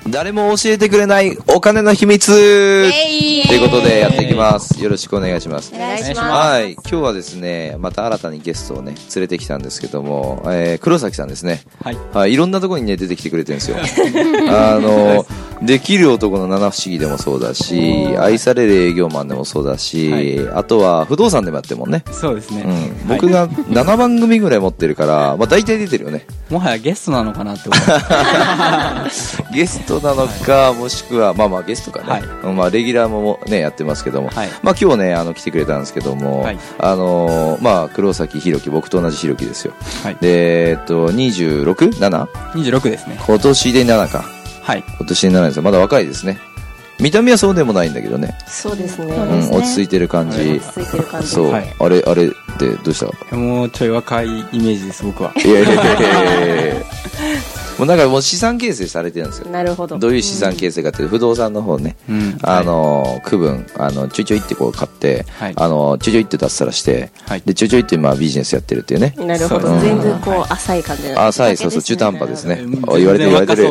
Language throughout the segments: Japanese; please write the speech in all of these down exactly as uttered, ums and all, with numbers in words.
誰も教えてくれないお金の秘密ということでやっていきます。よろしくお願いします。 お願いします。 はい、今日はですね、また新たにゲストをね連れてきたんですけども、えー、黒崎さんですね。はい、はい、いろんなところにね出てきてくれてるんですよ。あのできる男の七不思議でもそうだし、愛される営業マンでもそうだし、はい、あとは不動産でもやってるもんね。 そうですね。 うん、僕がななばん組ぐらい持ってるから、まあ大体出てるよね。 もはやゲストなのかなって思う。 ゲストなのか、はい、もしくはまあまあゲストかね、はい、まあレギュラーもねやってますけども、はい、まあ今日ねあの来てくれたんですけども、はい、あのー、まあ黒崎弘樹、僕と同じ弘樹ですよ。はい、でえっとにじゅうろく、なな、 にじゅうろくですね。 今年でななか。はい。今年でななですよ。まだ若いですね。見た目はそうでもないんだけどね。 そうですね。 うん、落ち着いてる感じ。 落ち着いてる感じ。 そう。はい、あれあれってどうした？ もうちょい若いイメージです僕は。 いやいやいやいや。もうなんかもう資産形成されてるんですよ。 なるほど。 どういう資産形成かっていうと、不動産の方ね、うん、あの区分あのちょいちょいってこう買って、はい、あのちょいちょいって脱サラして、はい、でちょいちょいってまあビジネスやってるっていうね。 なるほど。うん、全然こう浅い感じなんですね。 浅い、そうそう、中途半端ですね。言われてる言われてる。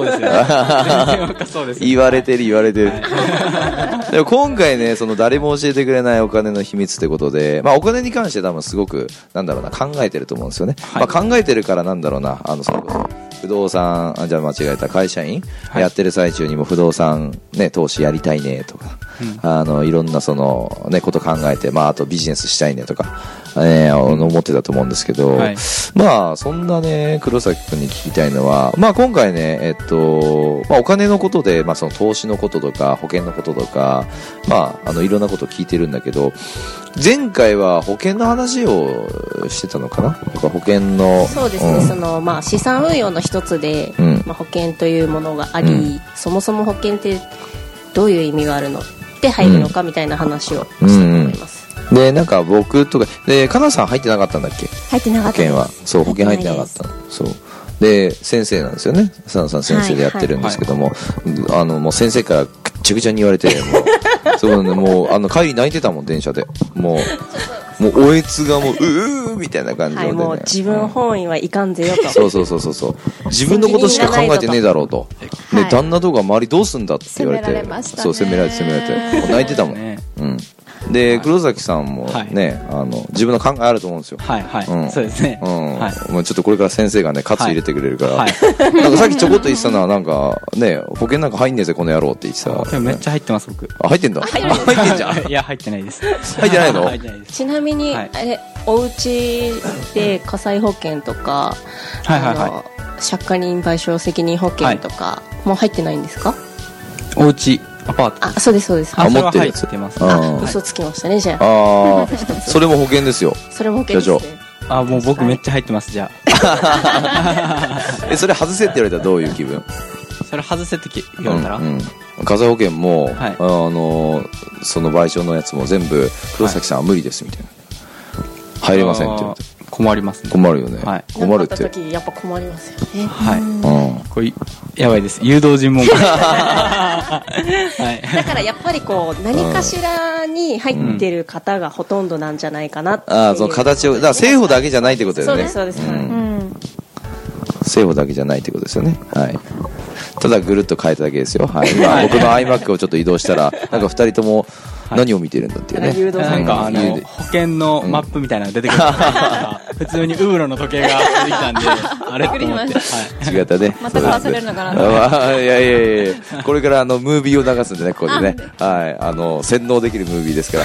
言われてる言われてる。でも今回ね、その誰も教えてくれないお金の秘密ってことで、まあお金に関して多分すごくなんだろうな考えてると思うんですよね。はい、まあ考えてるからなんだろうな、あのそれこそ不動産、あ、じゃあ間違えた、会社員、はい、やってる最中にも不動産ね投資やりたいねとか、うん、あのいろんなそのねこと考えて、まああとビジネスしたいねとか、えー、思ってたと思うんですけど、はい、まあそんなね黒崎君に聞きたいのは、まあ今回ねえっとまあお金のことで、まあその投資のこととか保険のこととか、まああのいろんなことを聞いてるんだけど、前回は保険の話をしてたのかなとか、保険のそうですね、うん、そのまあ資産運用の一つで、うん、まあ、保険というものがあり、うん、そもそも保険ってどういう意味があるのって入るのかみたいな話をしたと思います。 うんうん、でなんか僕とかでかなさん入ってなかったんだっけ？ 入ってなかった。 保険はそう保険入ってなかったの。そうで先生なんですよね。さなさん先生でやってるんですけども、はいはい、あのもう先生からぐちゃぐちゃに言われてもうそうね、もうあの帰り泣いてたもん電車で、もうもうおえつがもううーみたいな感じで、ね、 はい、もう自分本位はいかんぜよと、うん、 そうそうそうそうそう自分のことしか考えてねえだろうと、で、はい、旦那とか周りどうすんだって言われて、責められましたね。そう責められて責められてもう泣いてたもん、ね、うんで、はい、黒崎さんもね、はい、あの自分の考えあると思うんですよ。はいはい、うん、そうですね。うん、はい、もうちょっとこれから先生がね喝入れてくれるから、はい、なんかさっきちょこっと言ってたのはなんかね保険なんか入んねえぜこの野郎って言ってた。 でもめっちゃ入ってます僕。 あ入ってんだ。入ってんじゃん。 いや入ってないです。 入ってないの？ 入ってないです。 ちなみに、はい、えお家で火災保険とか、はいはいはい、借家人賠償責任保険とか、はい、もう入ってないんですか？ お家アパート。 あ、そうですそうです。 あ、持ってるやつ。 あ、嘘つきましたねじゃあ。あそれも保険ですよ。 それも保険ですね。 あ、もう僕めっちゃ入ってますじゃあ。 え、それ外せって言われたらどういう気分？ それ外せって言われたら？うんうん、 火災保険も、はい、あのその賠償のやつも全部黒崎さんは無理ですみたいな。入れませんって言われて。 困りますね。 困るよね。 はい、困るって。なった時やっぱ困りますよね。 はい。うん、これやばいです。誘導尋問。はい。 だからやっぱりこう何かしらに入ってる方がほとんどなんじゃないかなっていう、 うん。ああ、その形をだから政府だけじゃないってことだよね。 そうですそうです。うん。 政府だけじゃないってことですよね。はい。ただぐるっと変えただけですよ。はい。今僕の iMac をちょっと移動したらなんかふたりとも何を見てるんだっていうね。 誘導なんかあの保険のマップみたいなのが出てくる。普通にウーロの時計が出てきたんで、あれと思って。 違ったね。 また忘れるのかな。 いやいやいやこれからあのムービーを流すんでね、ここでね。はい。あの洗脳できるムービーですから。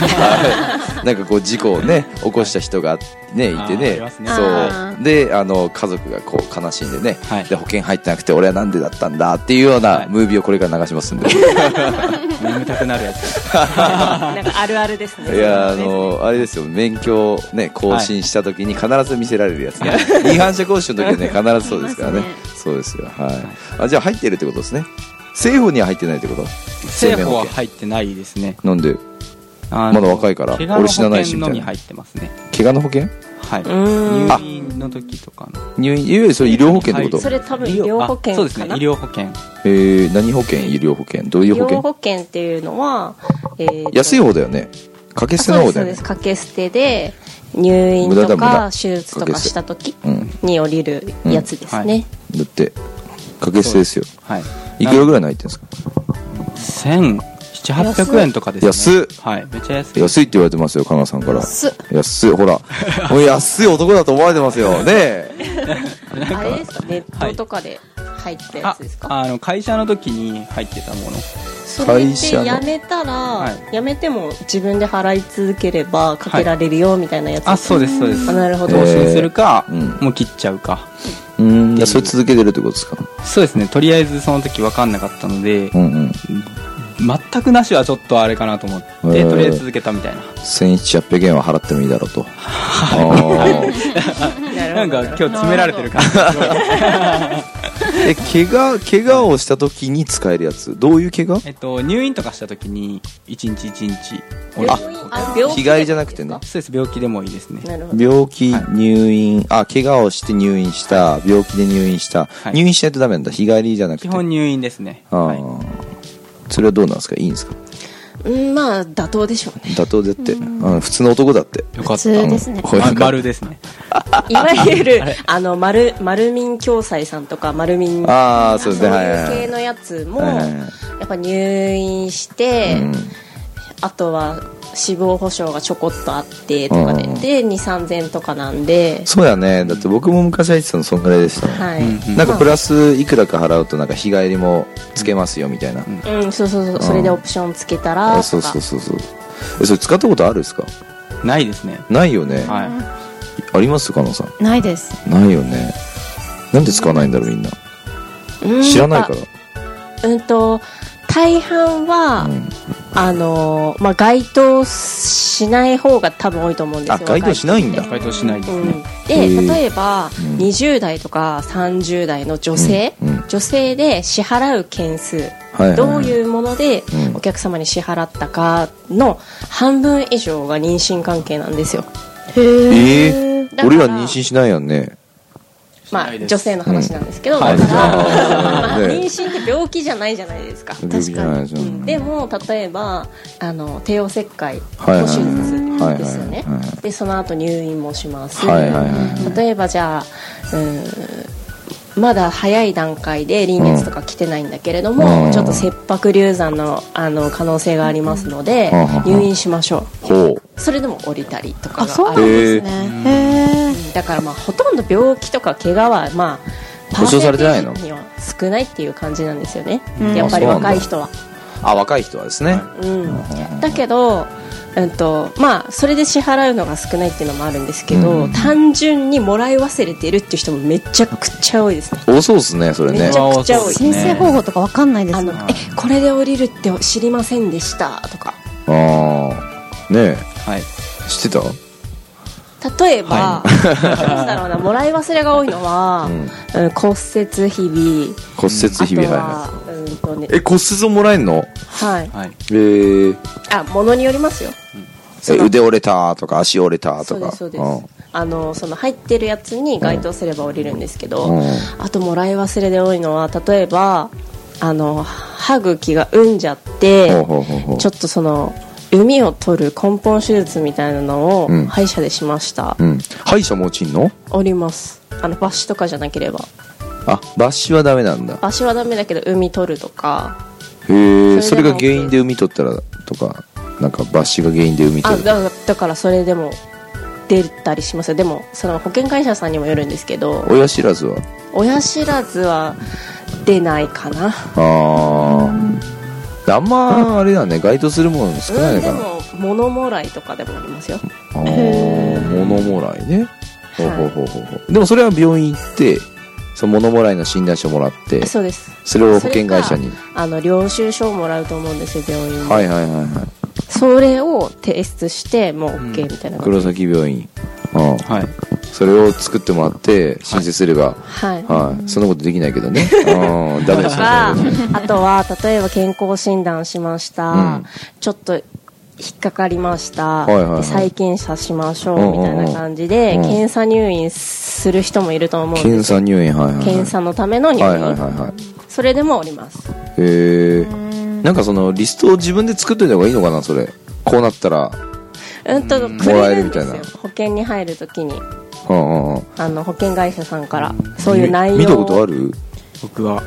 なんかこう事故をね起こした人がねいてね。そうであの家族がこう悲しんでね。で保険入ってなくて俺はなんでだったんだっていうようなムービーをこれから流しますんで。 眠たくなるやつ。 なんかあるあるですね。 いやあのあれですよ、免許ね更新した時に必ず見せられるやつね。違反者講習の時はね必ずそうですからね。そうですよ。はい。あじゃあ入ってるってことですね。政府には入ってないってこと？ 政府は入ってないですね。 なんで？まだ若いから。俺知らないしみたいな。怪我の保険のみ入ってますね。 怪我の保険？ はい。入院の時とかの。 入院いわゆるそれ医療保険ってこと？ それ多分医療保険かな。 そうですね。医療保険。 えー、何保険？医療保険？どういう保険？ 医療保険っていうのは、 えー、安い方だよね。掛け捨ての方だよね。そうです。 掛け捨てで入院とか手術とかした時に降りるやつですね。 だって掛け捨てですよ。 はい。 いくらぐらいの入ってるんですか？ せんななひゃく、はっぴゃくえんとかですね。 安っ。 はい、めっちゃ安い。 安いって言われてますよ、香川さんから。 安っ。 安い。ほら。もう安い男だと思われてますよ。ねえ。 あれですか、ネットとかで入ったやつですか？ ああの、会社の時に入ってたもの。 それで辞めたら、はい、辞めても自分で払い続ければかけられるよみたいなやつ、 はい、あ、そうですそうです。 あ、なるほど。 更新するか、えー、もう切っちゃうか。 うん、それ続けてるってことですか？ そうですね。とりあえずその時分かんなかったので、うんうん、全くなしはちょっとあれかなと思って、えー、とりあえず続けたみたいな。 せんななひゃくえんは払ってもいいだろうと。 なんか今日詰められてる感じ。 え、怪我怪我をした時に使えるやつ、どういう怪我？ えっと入院とかした時に一日一日。 あ、日帰りじゃなくてね。 そうです、病気でもいいですね。 病気、入院、はい、あ、怪我をして入院した、病気で入院した、はい、入院しないとダメなんだ。日帰りじゃなくて。 基本入院ですね。 あ、はい、それはどうなんですか？いいんですか？ うん、まあ妥当でしょうね。 妥当でって、うん、普通の男だって。 よかった。 普通ですね。 丸ですね。 いわゆるあの丸丸民共済さんとか丸民、 ああ、そうですね、 そういう系のやつも、はいはい、やっぱ入院して、うん、あとは死亡保障がちょこっとあってとかで、うん、でにせんさんぜんえんとかなんで。 そうやね。だって僕も昔入ってたのそんぐらいでしたね。はい。なんかプラスいくらか払うとなんか日帰りもつけますよみたいな。 うん、うん、そうそうそう。それでオプションつけたらとか。 そうそうそうそう。え、それ使ったことあるんですか？ ないですね。 ないよね。 はい。 ありますかのさん？ ないです。 ないよね。なんで使わないんだろうみんな。うん、知らないから。 うんと大半は、うん、あのーまあ、該当しない方が多分多いと思うんですよ。 あ、該当しないんだ。 該当しないですね、うん、 で例えば、うん、にじゅう代とかさんじゅう代の女性、うんうん、女性で支払う件数、はいはいはい、どういうものでお客様に支払ったかの半分以上が妊娠関係なんですよ。 へー、えー、俺ら妊娠しないやんね。 まあ、女性の話なんですけど、うん、だから、まあ、妊娠って病気じゃないじゃないですか。確かに、うん、でも例えばあの帝王切開の手術ですよね。でその後入院もします、はいはいはい、例えばじゃあ、うんまだ早い段階で臨月とか来てないんだけれども、うん、ちょっと切迫流産 の, あの可能性がありますので、うん、入院しましょう、うん、それでも降りたりとかがあるんですね。へー、だからまあほとんど病気とか怪我はまあ保証されてないのには少ないっていう感じなんですよね、うん、やっぱり若い人は。 あ、若い人はですね、 うん、だけどうんとまあ、それで支払うのが少ないっていうのもあるんですけど、うん、単純にもらい忘れてるっていう人もめちゃくちゃ多いですね。 多そうですね、それね。 めちゃくちゃ多い。 申請方法とか分かんないですね。 えこれで降りるって知りませんでしたとか。 ああ、ねえ、 はい、 知ってた？ 例えば、はい、なんだろうな、もらい忘れが多いのは、うん、骨折日々、 骨折日々、はい、うんとね、 え骨折をもらえるの？ はい、 はい、えー、 あ、ものによりますよ、 うん、腕折れたとか足折れたとか。 そうですそうです、うん、あのその入ってるやつに該当すれば降りるんですけど、うん、あともらい忘れで多いのは例えばあの歯茎が産んじゃって、ほうほうほうほう、ちょっとその膿を取る根本手術みたいなのを歯医者でしました、 うんうん、歯医者も落ちんの？ おります。あの抜歯とかじゃなければ。 あ、抜歯はダメなんだ。 抜歯はダメだけど膿取るとか。 へえ、それが原因で膿取ったらとか、なんか抜歯が原因で膿取る。 あ、だ、だからそれでも出たりしますよ。でもその保険会社さんにもよるんですけど。 親知らずは？ 親知らずは出ないかな。ああ、あんまあれだね、該当するもの少ないのかな、 うん、でも物もらいとかでもありますよ。 ああ、物もらいね、ほうほうほうほう、はい、でもそれは病院行ってその物もらいの診断書もらって、 そうです、 それを保険会社にあの領収書をもらうと思うんですよ、病院で。 はいはいはいはい、 それを提出してもう OK みたいな、うん、 黒崎病院、うん、はい、それを作ってもらって申請すれば、はい、はい、そんなことできないけどね、うん、ダメですよ。あとは例えば健康診断しました、うん、ちょっと引っかかりました、はいはいはい、再検査しましょうみたいな感じで、うんうんうん、検査入院する人もいると思うんですよ。 検査入院、はいはいはい、 検査のための入院、はいはいはいはい、それでもおります。 へえ、なんかそのリストを自分で作っといた方がいいのかな、それ。こうなったらうんとくれるんですよ、保険に入るときに、 はあはあ、 あの保険会社さんからそういう内容。 見たことある？ 僕は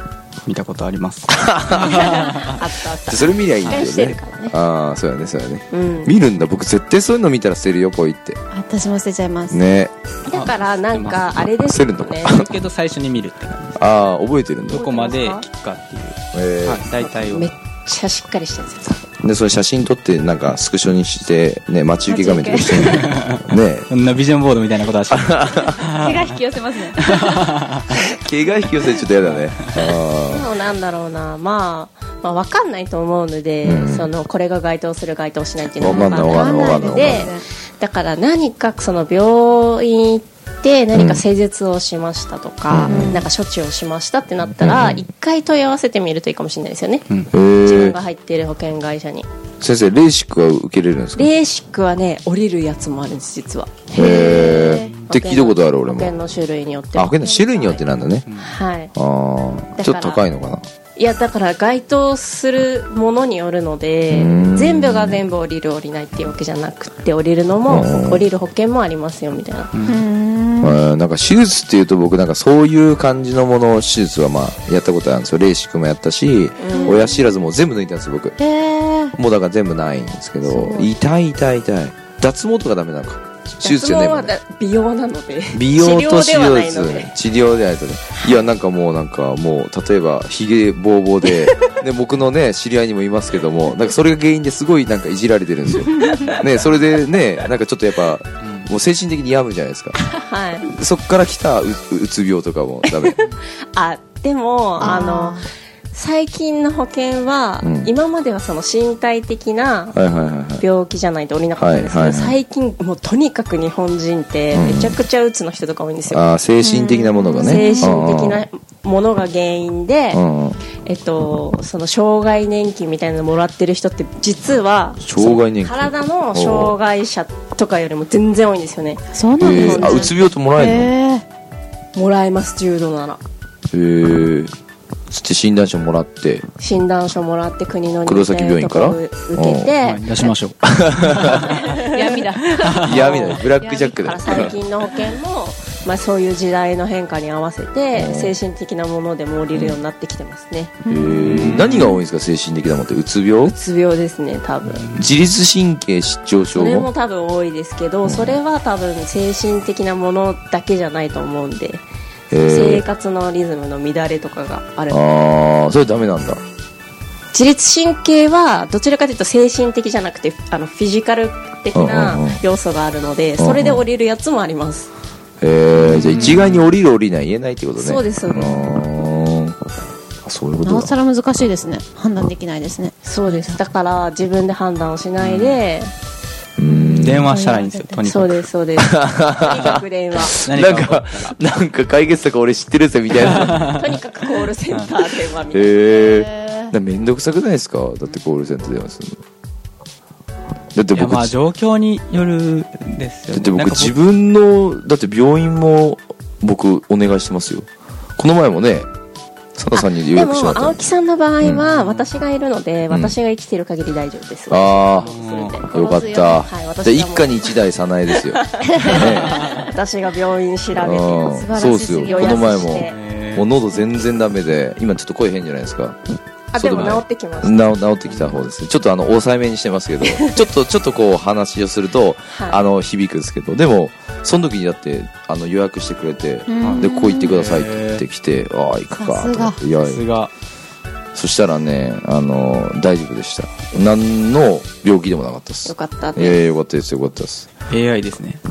見たことあります。 あったあった。 それ見りゃいいんだよね。 ねああ、そうやね、そうやね、うん。 見るんだ。僕絶対そういうの見たら捨てるよ、ポイって。 私も捨てちゃいます。 ね。 だからなんかあれですよね。捨てるのか。だけど最初に見るって感じです。 ああ、覚えてるんだ。 どこまで聞くかっていう。えー、はい、大体を。 めっちゃしっかりしてるんですよ。 でそれ写真撮ってなんかスクショにしてね、待ち受け画面とかしてね。 そんなビジョンボードみたいなことはして毛が引き寄せますね。 毛が引き寄せちょっとやだね。 でもなんだろうな、まあ、まあ分かんないと思うので、うん、そのこれが該当する該当しないっていうのは分かんないので、だから何かその病院で何か施術をしましたとか、うん、なんか処置をしましたってなったら一、うん、回問い合わせてみるといいかもしれないですよね、うん、自分が入っている保険会社に。 先生、レーシックは受けれるんですか？ レーシックはね、降りるやつもあるんです、実は。 へーって聞いたことある。俺も保険の種類によって。 あ、保険の種類によってなんだね、 はい、 あ、ちょっと高いのかな。 いや、だから該当するものによるので、全部が全部降りる降りないっていうわけじゃなくて、降りるのも降りる保険もありますよみたいな。 うん、なんか手術っていうと僕なんかそういう感じのもの手術はまあやったことあるんですよ。レーシックもやったし、親知らずも全部抜いたんですよ僕。もうだから全部ないんですけど、痛い痛い痛い。脱毛とかダメなのか。手術じゃねえもんね。 美容なので。 美容と手術、治療ではないとね。いや、なんかもうなんかもう例えばひげぼうぼうで、ね、僕のね知り合いにもいますけども、なんかそれが原因ですごいなんかいじられてるんですよ。ね、それでね、なんかちょっとやっぱもう精神的に病むじゃないですか。はい。そっから来たううつ病とかもダメ。 あ、でもあの。最近の保険は、うん、今まではその身体的な病気じゃないと降りなかったんですけど、最近もうとにかく日本人ってめちゃくちゃうつの人とか多いんですよ、うん、 あ、精神的なものがね、 精神的なものが原因で、えっと、その障害年金みたいなのもらってる人って実は障害年金体の障害者とかよりも全然多いんですよね。 そうなんですね。 あ、うつ病ともらえるの？もらえます、重度なら。 へー。そして診断書もらって診断書もらって国の黒崎病院から受けて、はい、 出しましょう。 闇だ闇だ、ブラックジャックだ。 最近の保険も、まあ、そういう時代の変化に合わせて精神的なものでも降りるようになってきてますね。 へー。何が多いんですか、精神的なものって。うつ病？うつ病ですね、多分。 自律神経失調症も？ それも多分多いですけど、うん、それは多分精神的なものだけじゃないと思うんで、生活のリズムの乱れとかがある。 ああ、それダメなんだ。 自律神経はどちらかというと精神的じゃなくて、あのフィジカル的な要素があるので、それで降りるやつもあります。 へえ、じゃあ一概に降りる降りない言えないってことね。 そうですそうです。 あ、そういうことだ。 なおさら難しいですね。判断できないですね。 そうです。だから自分で判断をしないで、 うん、電話したらいいんですよ、とにかく。 そうですそうです。とにかく電話。 なんかなんか解決策俺知ってるぜみたいな。 とにかくコールセンター電話みたいな。へえ。めんどくさくないですか？だってコールセンター電話するの。だって僕、 まあ状況によるですよね。 だって僕自分のだって病院も僕お願いしてますよ。この前もね。佐藤さんに予約してもらった。 でも青木さんの場合は私がいるので、うん、私が生きてる限り大丈夫です。 ああ、よかった。はい、一家に一台早苗ですよ。ね、 私が病院調べて、 素晴らしい。そうですよ。この前ももう喉全然ダメで、今ちょっと声変じゃないですか。 あ、でも治ってきました。 治治ってきた方です。ちょっとあの抑えめにしてますけど、ちょっとちょっとこう話をすると、はい、あの響くんですけど、でもその時にだってあの予約してくれて、でこう言ってくださいって言ってきて、ああ行くかと思って、いやいや。そしたらね、あの大丈夫でした。何の病気でもなかったです。 よかったね。 ええ、よかったですよかったです。 エーアイ ですね。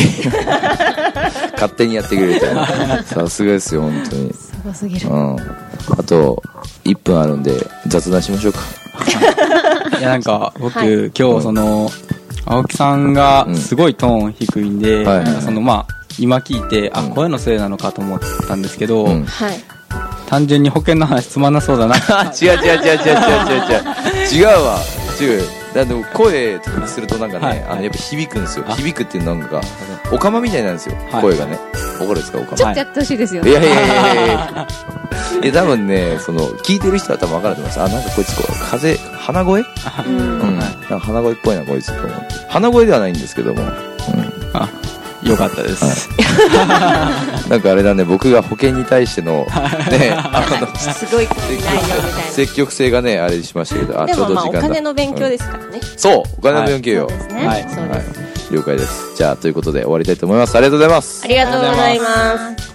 勝手にやってくれた。さすがですよ本当に。 すごすぎる。 うん。あといっぷんあるんで雑談しましょうか。 いやなんか僕、はい、今日その青木さんがすごいトーン低いんで、うん、なんかそのまあ今聞いて、あ、声のせいなのかと思ったんですけど、うん、単純に保険の話つまんなそうだな。 違う違う違う違う違う違う違う違うわ違う。だって声とかするとなんかね、はい、あのやっぱ響くんですよ。響くっていうのなんかオカマみたいなんですよ、はい、声がね。わかるですか、オカマ。 ちょっとやってほしいですよね。 いやいやいやいやいや。え、多分ね、その聞いてる人は多分分かると思います。あ、なんかこいつこう風鼻声、うん、うん、なんか鼻声っぽいなこいつと思って。鼻声ではないんですけども、うん、 あ、よかったです。 はなんかあれだね、僕が保険に対しての、ね、あの、 すごい内容みたいな。 積極性がね、あれしましたけど、あ、ちょうど時間だ。 お金の勉強ですからね。 そう、お金の勉強よ。 そうですね。はい。 了解です。じゃあ、ということで終わりたいと思います。ありがとうございます。 ありがとうございます。